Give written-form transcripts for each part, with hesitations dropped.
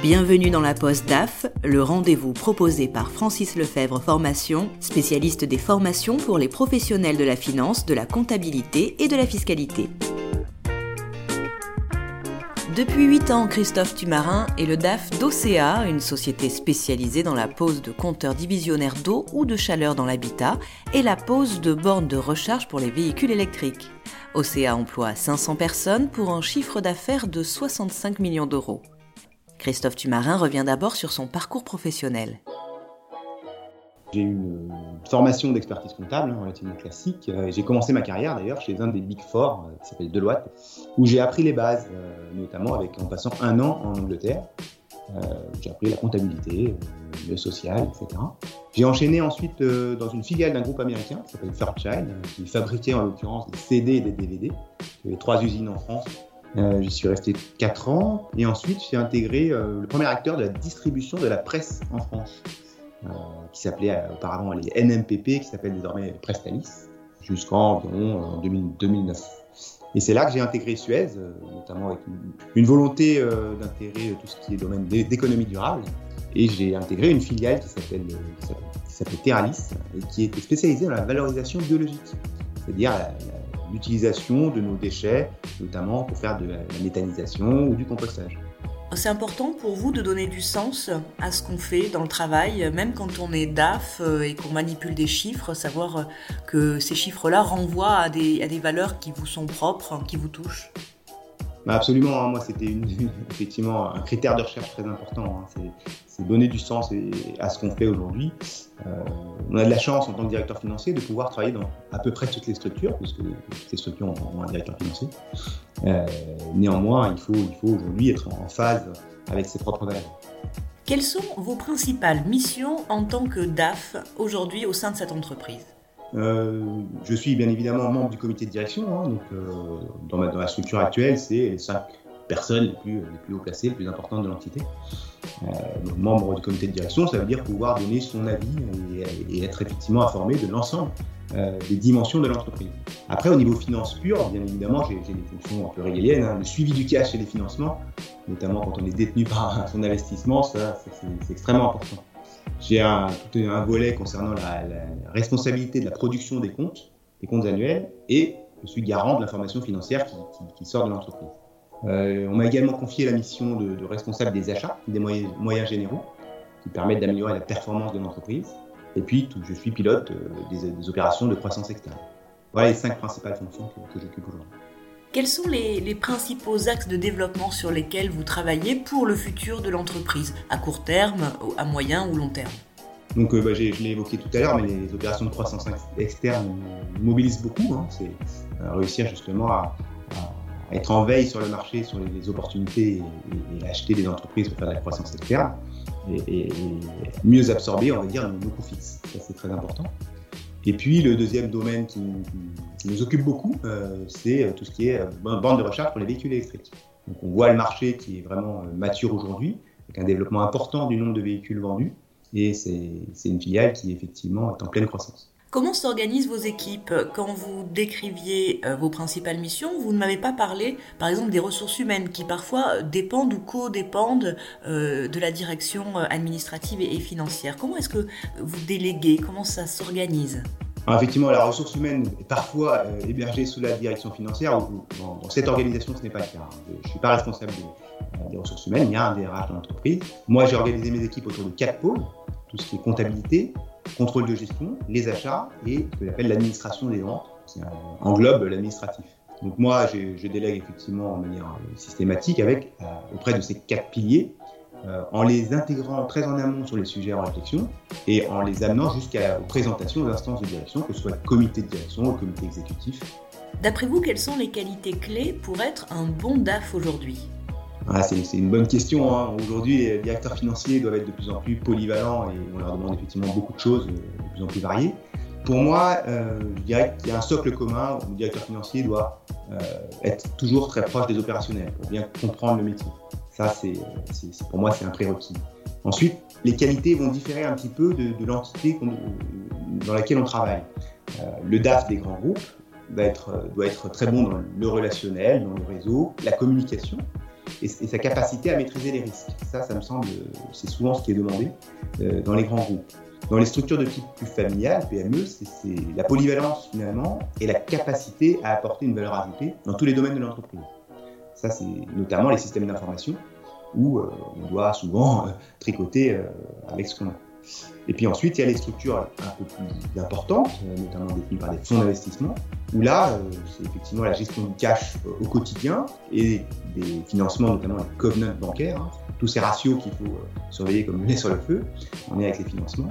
Bienvenue dans la pause DAF, le rendez-vous proposé par Francis Lefebvre Formation, spécialiste des formations pour les professionnels de la finance, de la comptabilité et de la fiscalité. Depuis 8 ans, Christophe Tumarin est le DAF d'Ocea, une société spécialisée dans la pose de compteurs divisionnaires d'eau ou de chaleur dans l'habitat et la pose de bornes de recharge pour les véhicules électriques. Ocea emploie 500 personnes pour un chiffre d'affaires de 65 millions d'euros. Christophe Tumarin revient d'abord sur son parcours professionnel. J'ai eu une formation d'expertise comptable relativement classique. J'ai commencé ma carrière d'ailleurs chez un des Big Four qui s'appelle Deloitte, où j'ai appris les bases, notamment en passant 1 an en Angleterre. J'ai appris la comptabilité, le social, etc. J'ai enchaîné ensuite dans une filiale d'un groupe américain qui s'appelle Fairchild, qui fabriquait en l'occurrence des CD et des DVD. Il y avait 3 usines en France. J'y suis resté 4 ans et ensuite j'ai intégré le premier acteur de la distribution de la presse en France, qui s'appelait auparavant les NMPP, qui s'appelle désormais Prestalis, jusqu'en environ 2009. Et c'est là que j'ai intégré Suez, notamment avec une volonté d'intégrer tout ce qui est domaine d'économie durable. Et j'ai intégré une filiale qui s'appelait Teralis et qui était spécialisée dans la valorisation biologique, c'est-à-dire l'utilisation de nos déchets, notamment pour faire de la méthanisation ou du compostage. C'est important pour vous de donner du sens à ce qu'on fait dans le travail, même quand on est DAF et qu'on manipule des chiffres, savoir que ces chiffres-là renvoient à des valeurs qui vous sont propres, qui vous touchent. Absolument, moi c'était effectivement un critère de recherche très important, c'est donner du sens à ce qu'on fait aujourd'hui. On a de la chance en tant que directeur financier de pouvoir travailler dans à peu près toutes les structures, puisque toutes les structures ont un directeur financier. Néanmoins, il faut aujourd'hui être en phase avec ses propres valeurs. Quelles sont vos principales missions en tant que DAF aujourd'hui au sein de cette entreprise ? Je suis bien évidemment membre du comité de direction, donc dans la structure actuelle, c'est les 5 personnes les plus haut placées, les plus importantes de l'entité. Donc, membre du comité de direction, ça veut dire pouvoir donner son avis et être effectivement informé de l'ensemble des dimensions de l'entreprise. Après, au niveau finances pures, bien évidemment, j'ai des fonctions un peu régaliennes, le suivi du cash et des financements, notamment quand on est détenu par un fonds d'investissement, ça c'est extrêmement important. J'ai tout un volet concernant la responsabilité de la production des comptes annuels, et je suis garant de l'information financière qui sort de l'entreprise. On m'a également confié la mission de responsable des achats, des moyens généraux, qui permettent d'améliorer la performance de l'entreprise. Et puis, je suis pilote des opérations de croissance externe. Voilà les 5 principales fonctions que j'occupe aujourd'hui. Quels sont les principaux axes de développement sur lesquels vous travaillez pour le futur de l'entreprise, à court terme, à moyen ou long terme ? Donc, je l'ai évoqué tout à l'heure, mais les opérations de croissance externe nous mobilisent beaucoup. C'est réussir justement à être en veille sur le marché, sur les opportunités et acheter des entreprises pour faire de la croissance externe et mieux absorber, on va dire, nos coûts fixes. Ça, c'est très important. Et puis, le deuxième domaine qui nous occupe beaucoup, c'est tout ce qui est borne de recharge pour les véhicules électriques. Donc, on voit le marché qui est vraiment mature aujourd'hui, avec un développement important du nombre de véhicules vendus. Et c'est une filiale qui, effectivement, est en pleine croissance. Comment s'organisent vos équipes ? Quand vous décriviez vos principales missions, vous ne m'avez pas parlé, par exemple, des ressources humaines qui parfois dépendent ou co-dépendent de la direction administrative et financière. Comment est-ce que vous déléguez ? Comment ça s'organise ? Alors effectivement, la ressource humaine est parfois hébergée sous la direction financière. Dans cette organisation, ce n'est pas le cas. Je ne suis pas responsable des ressources humaines, il y a un DRH dans l'entreprise. Moi, j'ai organisé mes équipes autour de 4 pôles, tout ce qui est comptabilité, contrôle de gestion, les achats et ce que j'appelle l'administration des ventes, qui englobe l'administratif. Donc moi, je délègue effectivement de manière systématique auprès de ces 4 piliers, en les intégrant très en amont sur les sujets en réflexion et en les amenant jusqu'aux présentations aux instances de direction, que ce soit le comité de direction ou le comité exécutif. D'après vous, quelles sont les qualités clés pour être un bon DAF aujourd'hui ? C'est une bonne question. Aujourd'hui, les directeurs financiers doivent être de plus en plus polyvalents et on leur demande effectivement beaucoup de choses de plus en plus variées. Pour moi, je dirais qu'il y a un socle commun où le directeur financier doit être toujours très proche des opérationnels pour bien comprendre le métier. Ça, pour moi, c'est un prérequis. Ensuite, les qualités vont différer un petit peu de l'entité dans laquelle on travaille. Le DAF des grands groupes doit être très bon dans le relationnel, dans le réseau, la communication. et sa capacité à maîtriser les risques. Ça me semble, c'est souvent ce qui est demandé dans les grands groupes. Dans les structures de type plus familial, PME, c'est la polyvalence finalement et la capacité à apporter une valeur ajoutée dans tous les domaines de l'entreprise. Ça, c'est notamment les systèmes d'information où on doit souvent tricoter avec ce qu'on a. Et puis ensuite, il y a les structures un peu plus importantes, notamment détenues par des fonds d'investissement, où là, c'est effectivement la gestion du cash au quotidien et des financements, notamment les covenants bancaires, hein, tous ces ratios qu'il faut surveiller comme le lait sur le feu, on est avec les financements,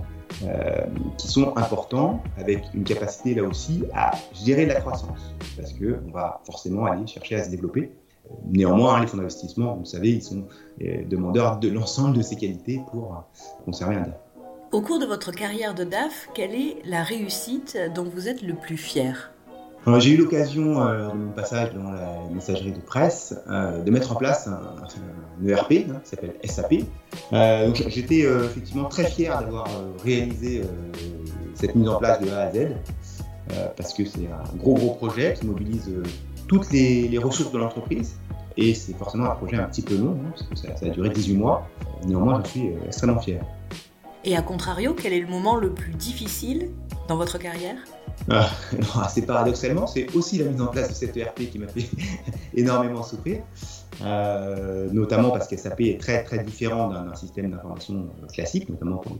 qui sont importants, avec une capacité là aussi à gérer la croissance, parce qu'on va forcément aller chercher à se développer. Néanmoins, les fonds d'investissement, vous le savez, ils sont demandeurs de l'ensemble de ces qualités pour conserver un DAF. Au cours de votre carrière de DAF, quelle est la réussite dont vous êtes le plus fier ? Alors, j'ai eu l'occasion, lors de mon passage dans la messagerie de presse, de mettre en place un ERP qui s'appelle SAP. Donc, j'étais effectivement très fier d'avoir réalisé cette mise en place de A à Z, parce que c'est un gros projet qui mobilise toutes les ressources de l'entreprise. Et c'est forcément un projet un petit peu long, parce que ça a duré 18 mois. Néanmoins, je suis extrêmement fier. Et à contrario, quel est le moment le plus difficile dans votre carrière ? C'est paradoxalement, c'est aussi la mise en place de cette ERP qui m'a fait énormément souffrir, notamment parce que SAP est très très différent d'un système d'information classique, notamment pour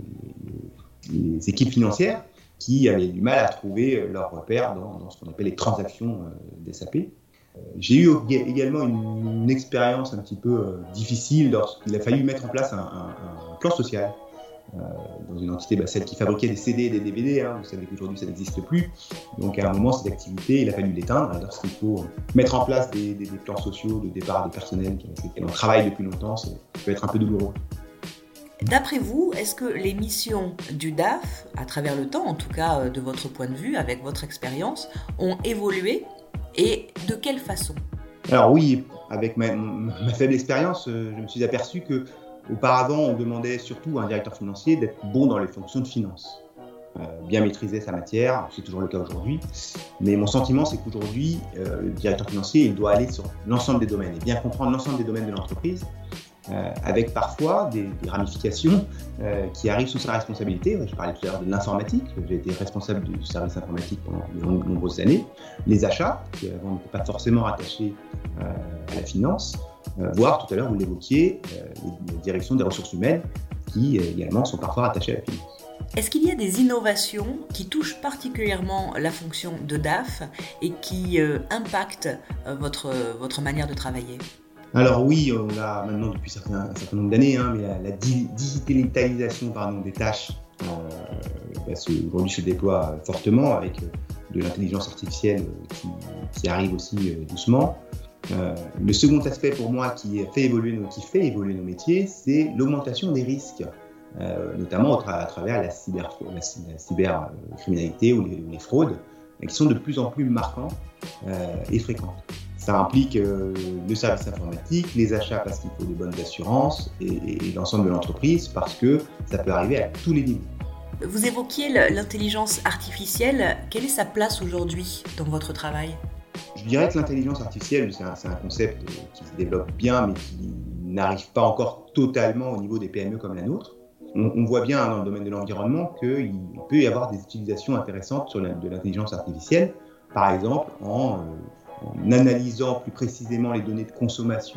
les équipes financières qui avaient du mal à trouver leurs repères dans ce qu'on appelle les transactions d'SAP. J'ai eu également une expérience un petit peu difficile lorsqu'il a fallu mettre en place un plan social. Dans une entité, celle qui fabriquait des CD et des DVD, vous savez qu'aujourd'hui ça n'existe plus, donc à un moment cette activité il a fallu l'éteindre, et lorsqu'il faut mettre en place des plans sociaux de départ de personnel avec lesquels on travaille depuis longtemps, ça peut être un peu douloureux. D'après vous, est-ce que les missions du DAF, à travers le temps, en tout cas de votre point de vue, avec votre expérience, ont évolué et de quelle façon ? Alors oui, avec ma faible expérience, je me suis aperçu que auparavant, on demandait surtout à un directeur financier d'être bon dans les fonctions de finance, bien maîtriser sa matière, c'est toujours le cas aujourd'hui, mais mon sentiment c'est qu'aujourd'hui, le directeur financier il doit aller sur l'ensemble des domaines et bien comprendre l'ensemble des domaines de l'entreprise, avec parfois des ramifications qui arrivent sous sa responsabilité. Je parlais tout à l'heure de l'informatique, j'ai été responsable du service informatique pendant de nombreuses années, les achats, qui avant n'étaient pas forcément rattachés à la finance, voire tout à l'heure vous l'évoquiez, les directions des ressources humaines qui également sont parfois rattachées à la finance. Est-ce qu'il y a des innovations qui touchent particulièrement la fonction de DAF et qui impactent votre manière de travailler ? Alors oui, on l'a maintenant depuis un certain nombre d'années, mais la digitalisation des tâches aujourd'hui se déploie fortement avec de l'intelligence artificielle qui arrive aussi doucement. Le second aspect pour moi qui fait évoluer nos métiers, c'est l'augmentation des risques, notamment à travers la cybercriminalité ou les fraudes, qui sont de plus en plus marquantes et fréquentes. Ça implique le service informatique, les achats parce qu'il faut des bonnes assurances et l'ensemble de l'entreprise parce que ça peut arriver à tous les niveaux. Vous évoquiez l'intelligence artificielle. Quelle est sa place aujourd'hui dans votre travail ? Je dirais que l'intelligence artificielle, c'est un concept qui se développe bien mais qui n'arrive pas encore totalement au niveau des PME comme la nôtre. On voit bien dans le domaine de l'environnement qu'il peut y avoir des utilisations intéressantes de l'intelligence artificielle, par exemple en analysant plus précisément les données de consommation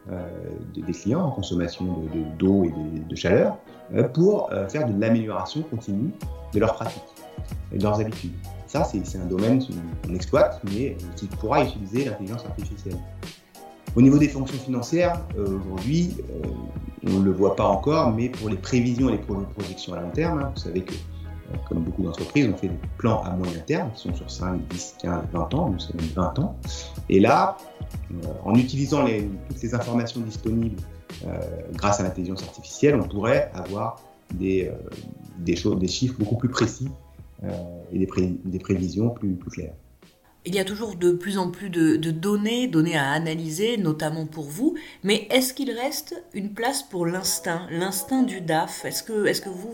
des clients, en consommation d'eau et de chaleur, pour faire de l'amélioration continue de leurs pratiques et de leurs habitudes. Ça, c'est un domaine qu'on exploite, mais qui pourra utiliser l'intelligence artificielle. Au niveau des fonctions financières, aujourd'hui, on ne le voit pas encore, mais pour les prévisions et les projections à long terme, vous savez que comme beaucoup d'entreprises, on fait des plans à moyen terme qui sont sur 5, 10, 15, 20 ans, nous c'est même 20 ans. Et là, en utilisant toutes ces informations disponibles grâce à l'intelligence artificielle, on pourrait avoir des chiffres beaucoup plus précis et des prévisions plus claires. Il y a toujours de plus en plus de données à analyser, notamment pour vous, mais est-ce qu'il reste une place pour l'instinct du DAF ? Est-ce que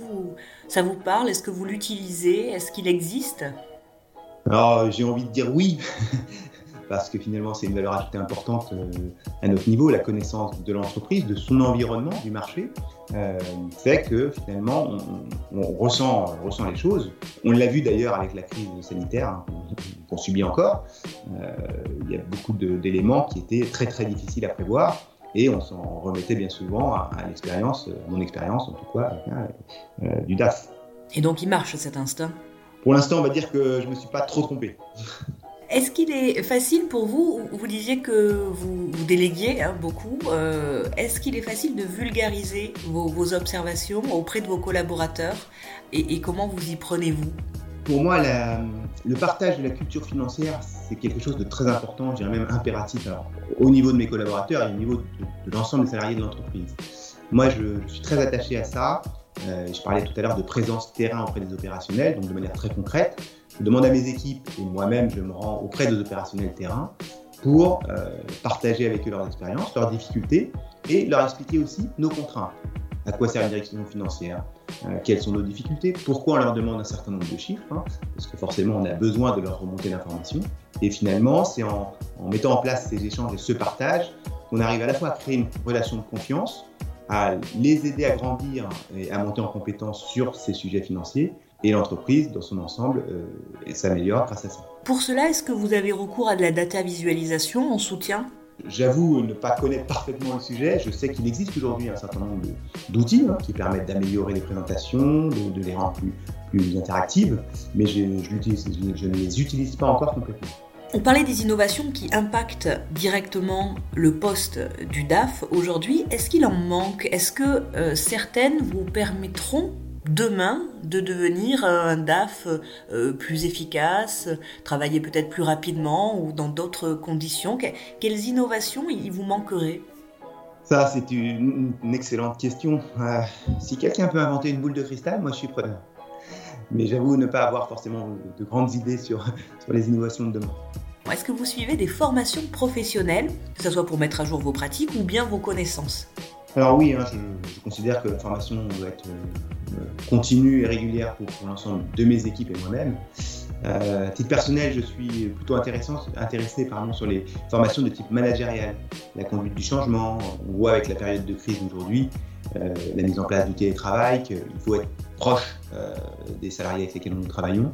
ça vous parle ? Est-ce que vous l'utilisez ? Est-ce qu'il existe ? Alors, j'ai envie de dire oui, parce que finalement c'est une valeur ajoutée importante à notre niveau, la connaissance de l'entreprise, de son environnement, du marché, fait que finalement on ressent les choses. On l'a vu d'ailleurs avec la crise sanitaire qu'on subit encore. Il y a beaucoup d'éléments qui étaient très très difficiles à prévoir. Et on s'en remettait bien souvent à l'expérience, mon expérience en tout cas, du DAF. Et donc il marche cet instinct? Pour l'instant, on va dire que je ne me suis pas trop trompé. Est-ce qu'il est facile pour vous, vous disiez que vous déléguiez beaucoup, est-ce qu'il est facile de vulgariser vos observations auprès de vos collaborateurs et comment vous y prenez-vous? Pour moi, le partage de la culture financière, c'est quelque chose de très important, je dirais même impératif, alors, au niveau de mes collaborateurs et au niveau de l'ensemble des salariés de l'entreprise. Moi, je suis très attaché à ça. Je parlais tout à l'heure de présence terrain auprès des opérationnels, donc de manière très concrète. Je demande à mes équipes, et moi-même, je me rends auprès des opérationnels terrain pour partager avec eux leurs expériences, leurs difficultés et leur expliquer aussi nos contraintes. À quoi sert une direction financière, quelles sont nos difficultés, pourquoi on leur demande un certain nombre de chiffres, parce que forcément on a besoin de leur remonter l'information. Et finalement, c'est en mettant en place ces échanges et ce partage qu'on arrive à la fois à créer une relation de confiance, à les aider à grandir et à monter en compétence sur ces sujets financiers, et l'entreprise dans son ensemble s'améliore grâce à ça. Pour cela, est-ce que vous avez recours à de la data visualisation en soutien ? J'avoue ne pas connaître parfaitement le sujet. Je sais qu'il existe aujourd'hui un certain nombre d'outils qui permettent d'améliorer les présentations, de les rendre plus interactives, mais je ne les utilise pas encore complètement. On parlait des innovations qui impactent directement le poste du DAF aujourd'hui. Est-ce qu'il en manque ? Est-ce que certaines vous permettront demain de devenir un DAF plus efficace, travailler peut-être plus rapidement ou dans d'autres conditions? Quelles innovations il vous manquerait? Ça, c'est une excellente question. Si quelqu'un peut inventer une boule de cristal, moi je suis preneur. Mais j'avoue ne pas avoir forcément de grandes idées sur les innovations de demain. Est-ce que vous suivez des formations professionnelles, que ce soit pour mettre à jour vos pratiques ou bien vos connaissances? Alors oui, je considère que la formation doit être continue et régulière pour l'ensemble de mes équipes et moi-même. À titre personnel, je suis plutôt intéressé sur les formations de type managérial, la conduite du changement. On voit avec la période de crise d'aujourd'hui, la mise en place du télétravail, qu'il faut être proche des salariés avec lesquels nous travaillons.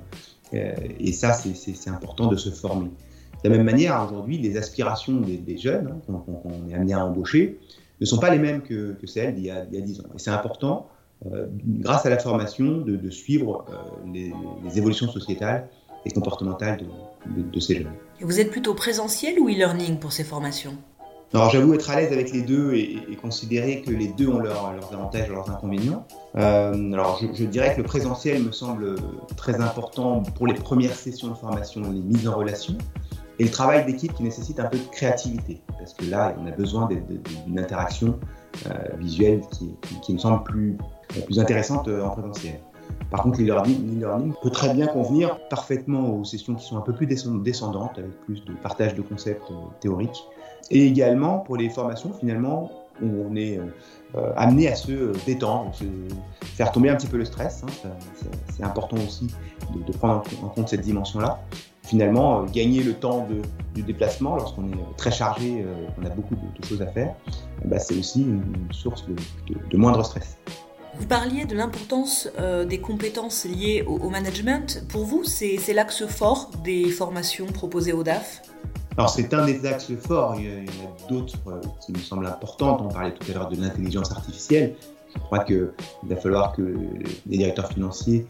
Et ça, c'est important de se former. De la même manière, aujourd'hui, les aspirations des jeunes qu'on est amené à embaucher ne sont pas les mêmes que celles d'il y a 10 ans. Et c'est important, grâce à la formation, de suivre les évolutions sociétales et comportementales de ces jeunes. Et vous êtes plutôt présentiel ou e-learning pour ces formations ? Alors j'avoue être à l'aise avec les deux et considérer que les deux ont leurs avantages et leurs inconvénients. Alors je dirais que le présentiel me semble très important pour les premières sessions de formation, les mises en relation, et le travail d'équipe qui nécessite un peu de créativité, parce que là on a besoin d'une interaction visuelle qui me semble plus intéressante en présentiel. Par contre, l'e-learning peut très bien convenir parfaitement aux sessions qui sont un peu plus descendantes, avec plus de partage de concepts théoriques. Et également pour les formations finalement où on est amené à se détendre, faire tomber un petit peu le stress. C'est important aussi de prendre en compte cette dimension-là. Finalement, gagner le temps du déplacement lorsqu'on est très chargé, qu'on a beaucoup de choses à faire, c'est aussi une source de moindre stress. Vous parliez de l'importance des compétences liées au management. Pour vous, c'est l'axe fort des formations proposées au DAF ? Alors c'est un des axes forts, il y en a d'autres qui me semblent importantes. On parlait tout à l'heure de l'intelligence artificielle. Je crois qu'il va falloir que les directeurs financiers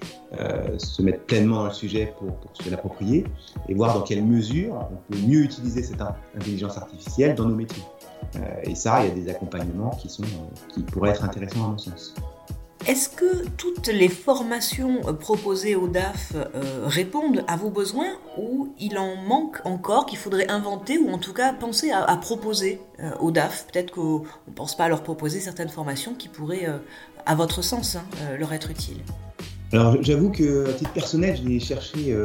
se mettent pleinement dans le sujet pour se l'approprier et voir dans quelle mesure on peut mieux utiliser cette intelligence artificielle dans nos métiers. Et ça, il y a des accompagnements qui pourraient être intéressants à mon sens. Est-ce que toutes les formations proposées au DAF répondent à vos besoins ou il en manque encore qu'il faudrait inventer ou en tout cas penser à proposer au DAF ? Peut-être qu'on ne pense pas à leur proposer certaines formations qui pourraient, à votre sens, leur être utiles. Alors j'avoue qu'à titre personnel, j'ai cherché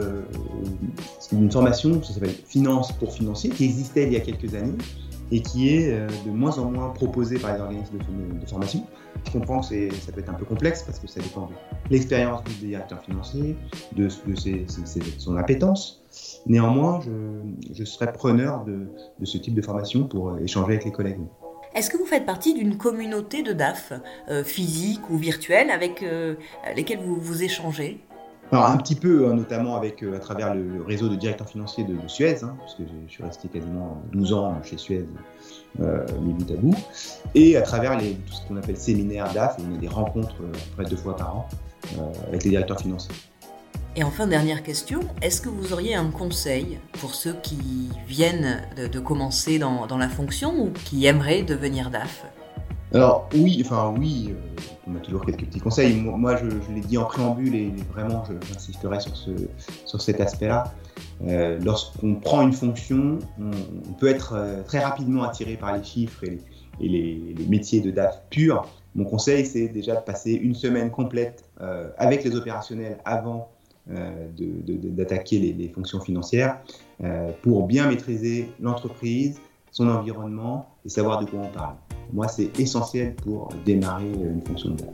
une formation, ça s'appelle Finance pour financiers, qui existait il y a quelques années et qui est de moins en moins proposée par les organismes de formation. Je comprends que ça peut être un peu complexe parce que ça dépend de l'expérience du directeur financier, de son appétence. Néanmoins, je serais preneur de ce type de formation pour échanger avec les collègues. Est-ce que vous faites partie d'une communauté de DAF, physique ou virtuelle, avec lesquelles vous échangez ? Alors un petit peu, notamment à travers le réseau de directeurs financiers de Suez, puisque je suis resté quasiment 12 ans chez Suez, mis bout à bout, et à travers tout ce qu'on appelle séminaires DAF, où on a des rencontres près de 2 fois par an avec les directeurs financiers. Et enfin, dernière question, est-ce que vous auriez un conseil pour ceux qui viennent de commencer dans la fonction ou qui aimeraient devenir DAF ? Alors oui, on a toujours quelques petits conseils. Moi, je l'ai dit en préambule et vraiment, j'insisterai sur cet aspect-là. Lorsqu'on prend une fonction, on peut être très rapidement attiré par les chiffres et les métiers de DAF purs. Mon conseil, c'est déjà de passer une semaine complète avec les opérationnels avant d'attaquer les fonctions financières pour bien maîtriser l'entreprise, son environnement et savoir de quoi on parle. Moi, c'est essentiel pour démarrer une fonction de DAF.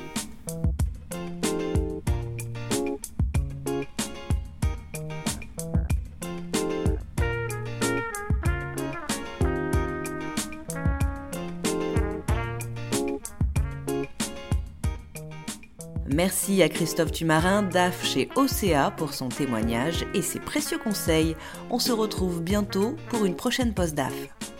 Merci à Christophe Tumarin, DAF chez OCA, pour son témoignage et ses précieux conseils. On se retrouve bientôt pour une prochaine pause DAF.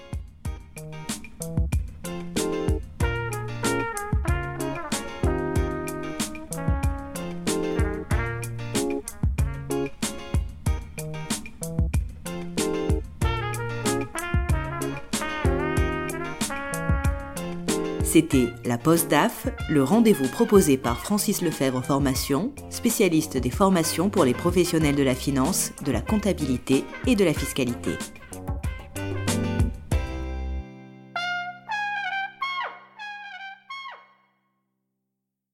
C'était la Pause DAF, le rendez-vous proposé par Francis Lefebvre Formation, spécialiste des formations pour les professionnels de la finance, de la comptabilité et de la fiscalité.